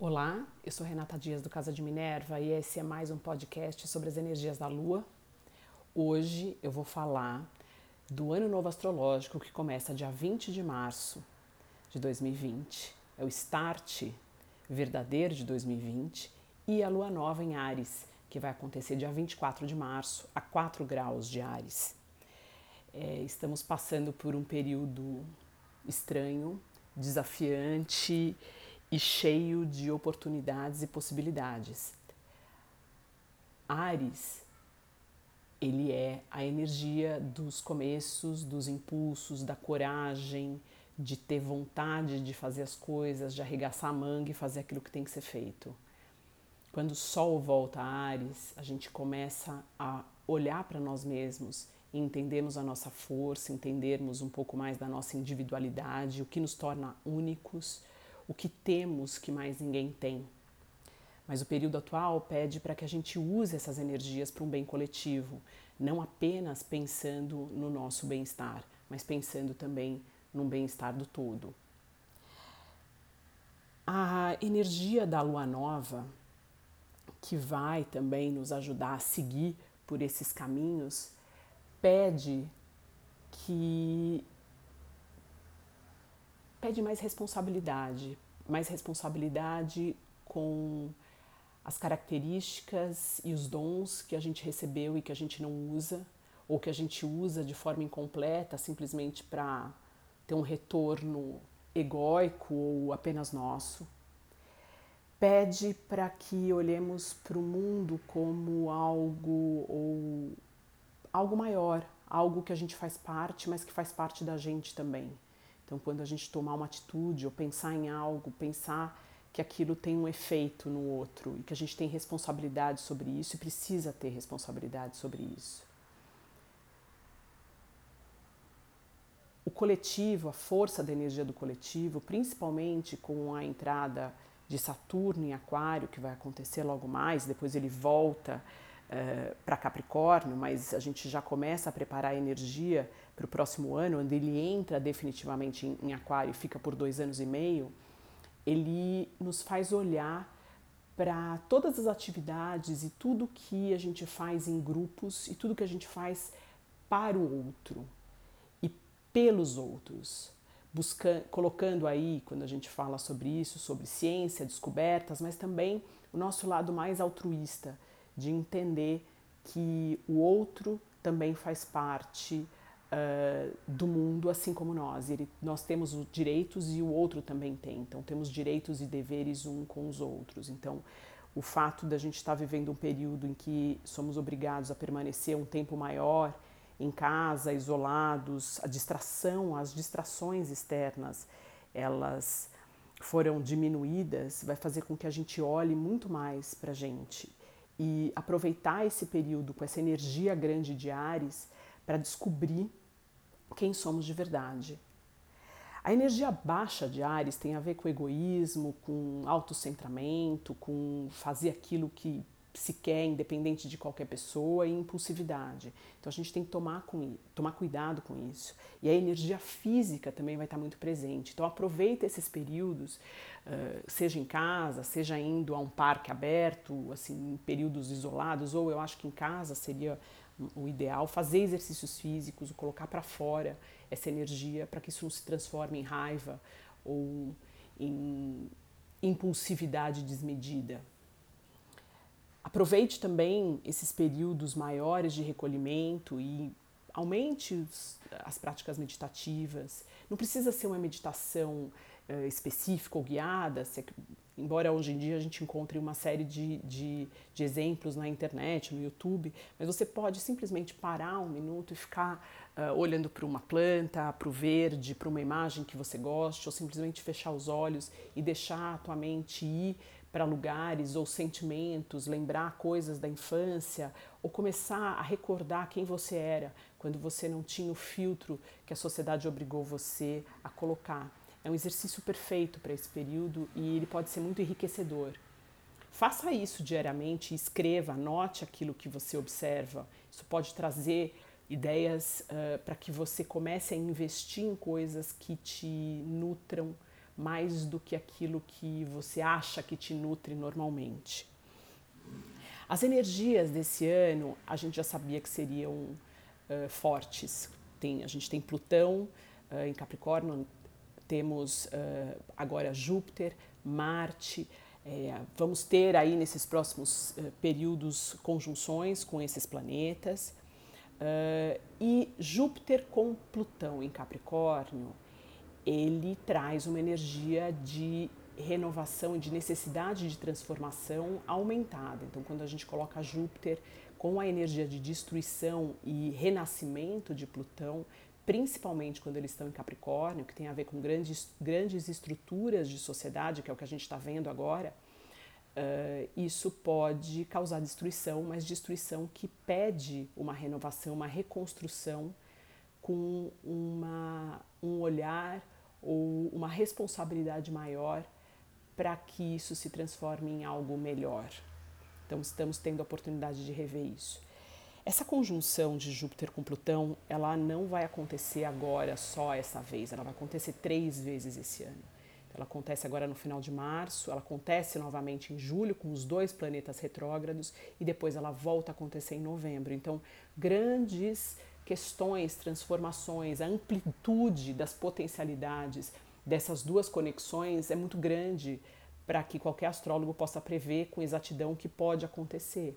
Olá, eu sou Renata Dias do Casa de Minerva e esse é mais um podcast sobre as energias da Lua. Hoje eu vou falar do Ano Novo Astrológico que começa dia 20 de março de 2020. É o start verdadeiro de 2020 e a Lua Nova em Áries, que vai acontecer dia 24 de março a 4 graus de Áries. Estamos passando por um período estranho, desafiante e cheio de oportunidades e possibilidades. Áries, ele é a energia dos começos, dos impulsos, da coragem, de ter vontade de fazer as coisas, de arregaçar a manga e fazer aquilo que tem que ser feito. Quando o Sol volta a Áries, a gente começa a olhar para nós mesmos e entendermos a nossa força, entendermos um pouco mais da nossa individualidade, o que nos torna únicos, o que temos que mais ninguém tem. Mas o período atual pede para que a gente use essas energias para um bem coletivo, não apenas pensando no nosso bem-estar, mas pensando também no bem-estar do todo. A energia da lua nova, que vai também nos ajudar a seguir por esses caminhos, pede que pede mais responsabilidade com as características e os dons que a gente recebeu e que a gente não usa, ou que a gente usa de forma incompleta, simplesmente para ter um retorno egóico ou apenas nosso. Pede para que olhemos para o mundo como algo maior, algo que a gente faz parte, mas que faz parte da gente também. Então, quando a gente tomar uma atitude ou pensar em algo, pensar que aquilo tem um efeito no outro e que a gente tem responsabilidade sobre isso e precisa ter responsabilidade sobre isso. O coletivo, a força da energia do coletivo, principalmente com a entrada de Saturno em Aquário, que vai acontecer logo mais, depois ele volta para Capricórnio, mas a gente já começa a preparar a energia para o próximo ano, onde ele entra definitivamente em Aquário e fica por 2 anos e meio, ele nos faz olhar para todas as atividades e tudo que a gente faz em grupos e tudo que a gente faz para o outro e pelos outros. Colocando aí, quando a gente fala sobre isso, sobre ciência, descobertas, mas também o nosso lado mais altruísta, de entender que o outro também faz parte do mundo, assim como nós. Nós temos os direitos e o outro também tem. Então, temos direitos e deveres um com os outros. Então, o fato da gente estar vivendo um período em que somos obrigados a permanecer um tempo maior em casa, isolados, as distrações externas, elas foram diminuídas, vai fazer com que a gente olhe muito mais para a gente e aproveitar esse período com essa energia grande de Áries para descobrir quem somos de verdade. A energia baixa de Áries tem a ver com egoísmo, com autocentramento, com fazer aquilo que se quer, independente de qualquer pessoa, e impulsividade. Então a gente tem que tomar cuidado com isso. E a energia física também vai estar muito presente. Então aproveita esses períodos, seja em casa, seja indo a um parque aberto, assim, em períodos isolados, ou eu acho que em casa seria o ideal, fazer exercícios físicos, colocar para fora essa energia para que isso não se transforme em raiva ou em impulsividade desmedida. Aproveite também esses períodos maiores de recolhimento e aumente as práticas meditativas. Não precisa ser uma meditação específica ou guiada, embora hoje em dia a gente encontre uma série de exemplos na internet, no YouTube, mas você pode simplesmente parar um minuto e ficar olhando para uma planta, para o verde, para uma imagem que você goste, ou simplesmente fechar os olhos e deixar a tua mente ir para lugares ou sentimentos, lembrar coisas da infância, ou começar a recordar quem você era quando você não tinha o filtro que a sociedade obrigou você a colocar. É um exercício perfeito para esse período e ele pode ser muito enriquecedor. Faça isso diariamente, escreva, anote aquilo que você observa. Isso pode trazer ideias para que você comece a investir em coisas que te nutram mais do que aquilo que você acha que te nutre normalmente. As energias desse ano, a gente já sabia que seriam fortes. A gente tem Plutão em Capricórnio, temos agora Júpiter, Marte. Vamos ter aí nesses próximos períodos conjunções com esses planetas. E Júpiter com Plutão em Capricórnio, ele traz uma energia de renovação e de necessidade de transformação aumentada. Então, quando a gente coloca Júpiter com a energia de destruição e renascimento de Plutão, principalmente quando eles estão em Capricórnio, que tem a ver com grandes estruturas de sociedade, que é o que a gente está vendo agora, isso pode causar destruição, mas destruição que pede uma renovação, uma reconstrução com um olhar ou uma responsabilidade maior para que isso se transforme em algo melhor. Então estamos tendo a oportunidade de rever isso. Essa conjunção de Júpiter com Plutão, ela não vai acontecer agora só essa vez, ela vai acontecer 3 vezes esse ano. Ela acontece agora no final de março, ela acontece novamente em julho com os 2 planetas retrógrados e depois ela volta a acontecer em novembro. Então, grandes questões, transformações, a amplitude das potencialidades dessas 2 conexões é muito grande para que qualquer astrólogo possa prever com exatidão o que pode acontecer.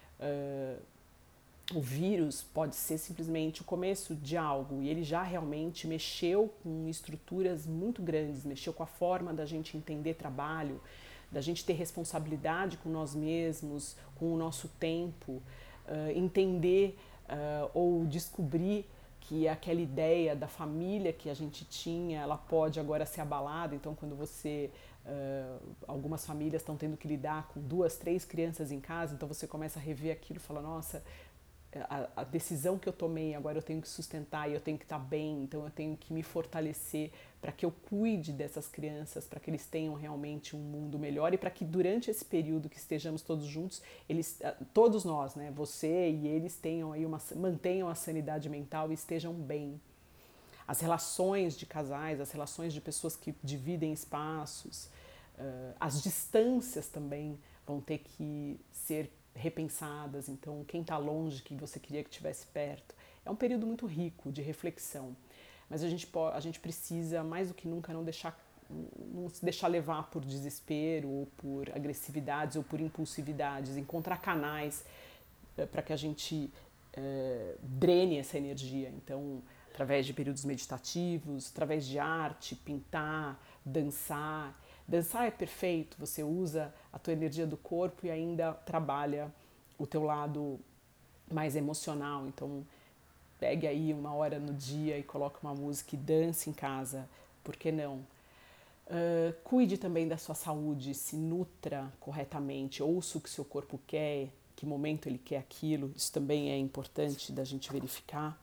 O vírus pode ser simplesmente o começo de algo e ele já realmente mexeu com estruturas muito grandes, mexeu com a forma da gente entender trabalho, da gente ter responsabilidade com nós mesmos, com o nosso tempo, entender ou descobrir que aquela ideia da família que a gente tinha, ela pode agora ser abalada. Então, quando algumas famílias estão tendo que lidar com 2, 3 crianças em casa, então você começa a rever aquilo e fala, nossa, a decisão que eu tomei, agora eu tenho que sustentar e eu tenho que estar bem, então eu tenho que me fortalecer para que eu cuide dessas crianças, para que eles tenham realmente um mundo melhor e para que durante esse período que estejamos todos juntos, todos nós, né, você e eles tenham aí mantenham a sanidade mental e estejam bem. As relações de casais, as relações de pessoas que dividem espaços, as distâncias também vão ter que ser repensadas, então quem está longe que você queria que estivesse perto. É um período muito rico de reflexão, mas a gente precisa mais do que nunca não se deixar levar por desespero ou por agressividades ou por impulsividades, encontrar canais para que a gente drene essa energia. Então, através de períodos meditativos, através de arte, pintar, dançar. Dançar é perfeito, você usa a tua energia do corpo e ainda trabalha o teu lado mais emocional. Então, pegue aí 1 hora no dia e coloque uma música e dance em casa, por que não? Cuide também da sua saúde, se nutra corretamente, ouça o que seu corpo quer, que momento ele quer aquilo, isso também é importante da gente verificar.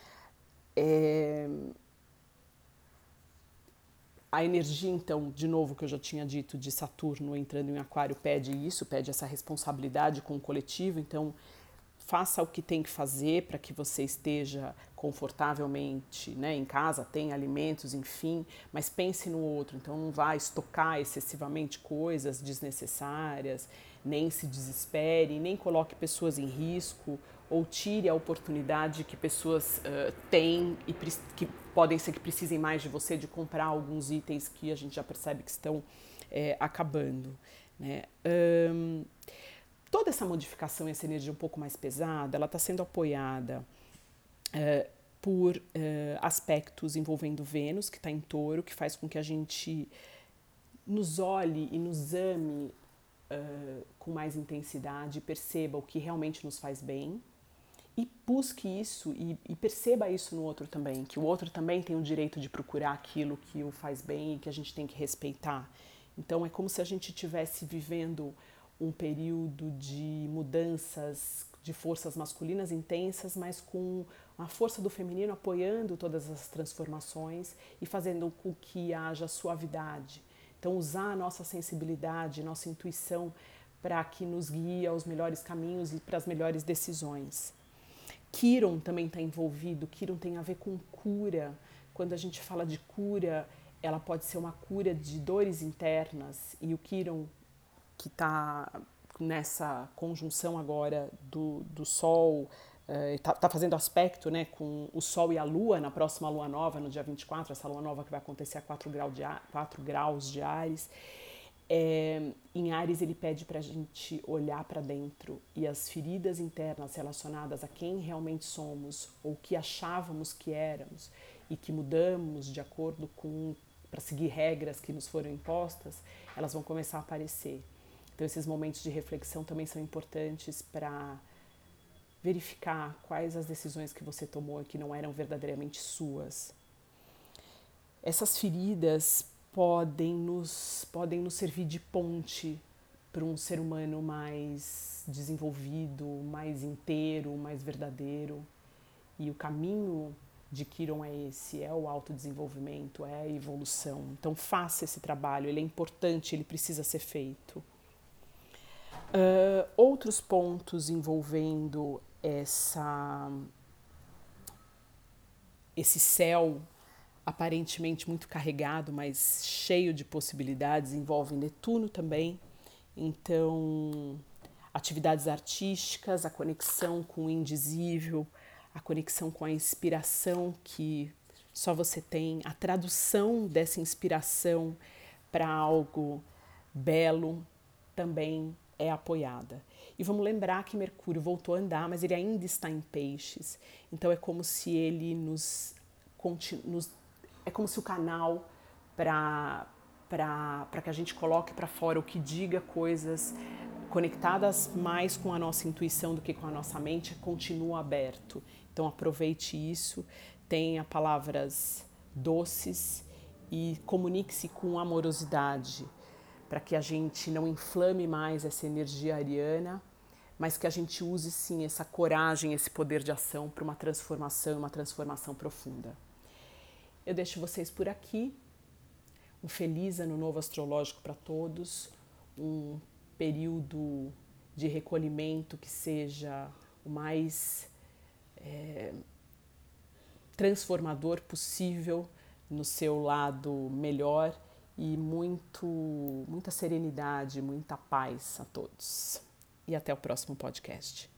A energia, então, de novo, que eu já tinha dito, de Saturno entrando em Aquário, pede isso, pede essa responsabilidade com o coletivo. Então, faça o que tem que fazer para que você esteja confortavelmente, né, em casa, tenha alimentos, enfim, mas pense no outro. Então, não vá estocar excessivamente coisas desnecessárias, nem se desespere, nem coloque pessoas em risco ou tire a oportunidade que pessoas têm e que podem ser que precisem mais de você, de comprar alguns itens que a gente já percebe que estão acabando, né? Toda essa modificação, essa energia um pouco mais pesada, ela está sendo apoiada por aspectos envolvendo Vênus, que está em Touro, que faz com que a gente nos olhe e nos ame com mais intensidade, perceba o que realmente nos faz bem e busque isso e perceba isso no outro também, que o outro também tem o direito de procurar aquilo que o faz bem e que a gente tem que respeitar. Então é como se a gente estivesse vivendo um período de mudanças de forças masculinas intensas, mas com a força do feminino apoiando todas as transformações e fazendo com que haja suavidade. Então usar a nossa sensibilidade, nossa intuição para que nos guie aos melhores caminhos e para as melhores decisões. Quiron também está envolvido, Quiron tem a ver com cura. Quando a gente fala de cura, ela pode ser uma cura de dores internas, e o Quiron, que está nessa conjunção agora do Sol, tá fazendo aspecto, né, com o Sol e a Lua na próxima Lua Nova, no dia 24, essa Lua Nova que vai acontecer a 4 graus de Áries. Em Áries ele pede para a gente olhar para dentro, e as feridas internas relacionadas a quem realmente somos ou que achávamos que éramos e que mudamos de acordo com para seguir regras que nos foram impostas, elas vão começar a aparecer. Então esses momentos de reflexão também são importantes para verificar quais as decisões que você tomou que não eram verdadeiramente suas. Essas feridas podem nos servir de ponte para um ser humano mais desenvolvido, mais inteiro, mais verdadeiro. E o caminho de Quiron é esse, é o autodesenvolvimento, é a evolução. Então faça esse trabalho, ele é importante, ele precisa ser feito. Outros pontos envolvendo esse céu aparentemente muito carregado, mas cheio de possibilidades, envolvem Netuno também. Então, atividades artísticas, a conexão com o indizível, a conexão com a inspiração que só você tem, a tradução dessa inspiração para algo belo também é apoiada. E vamos lembrar que Mercúrio voltou a andar, mas ele ainda está em Peixes. Então é como se ele é como se o canal para que a gente coloque para fora o que diga coisas conectadas mais com a nossa intuição do que com a nossa mente continua aberto. Então aproveite isso, tenha palavras doces e comunique-se com amorosidade, para que a gente não inflame mais essa energia ariana, mas que a gente use sim essa coragem, esse poder de ação para uma transformação profunda. Eu deixo vocês por aqui. Um feliz ano novo astrológico para todos, um período de recolhimento que seja o mais transformador possível no seu lado melhor, e muita serenidade, muita paz a todos. E até o próximo podcast.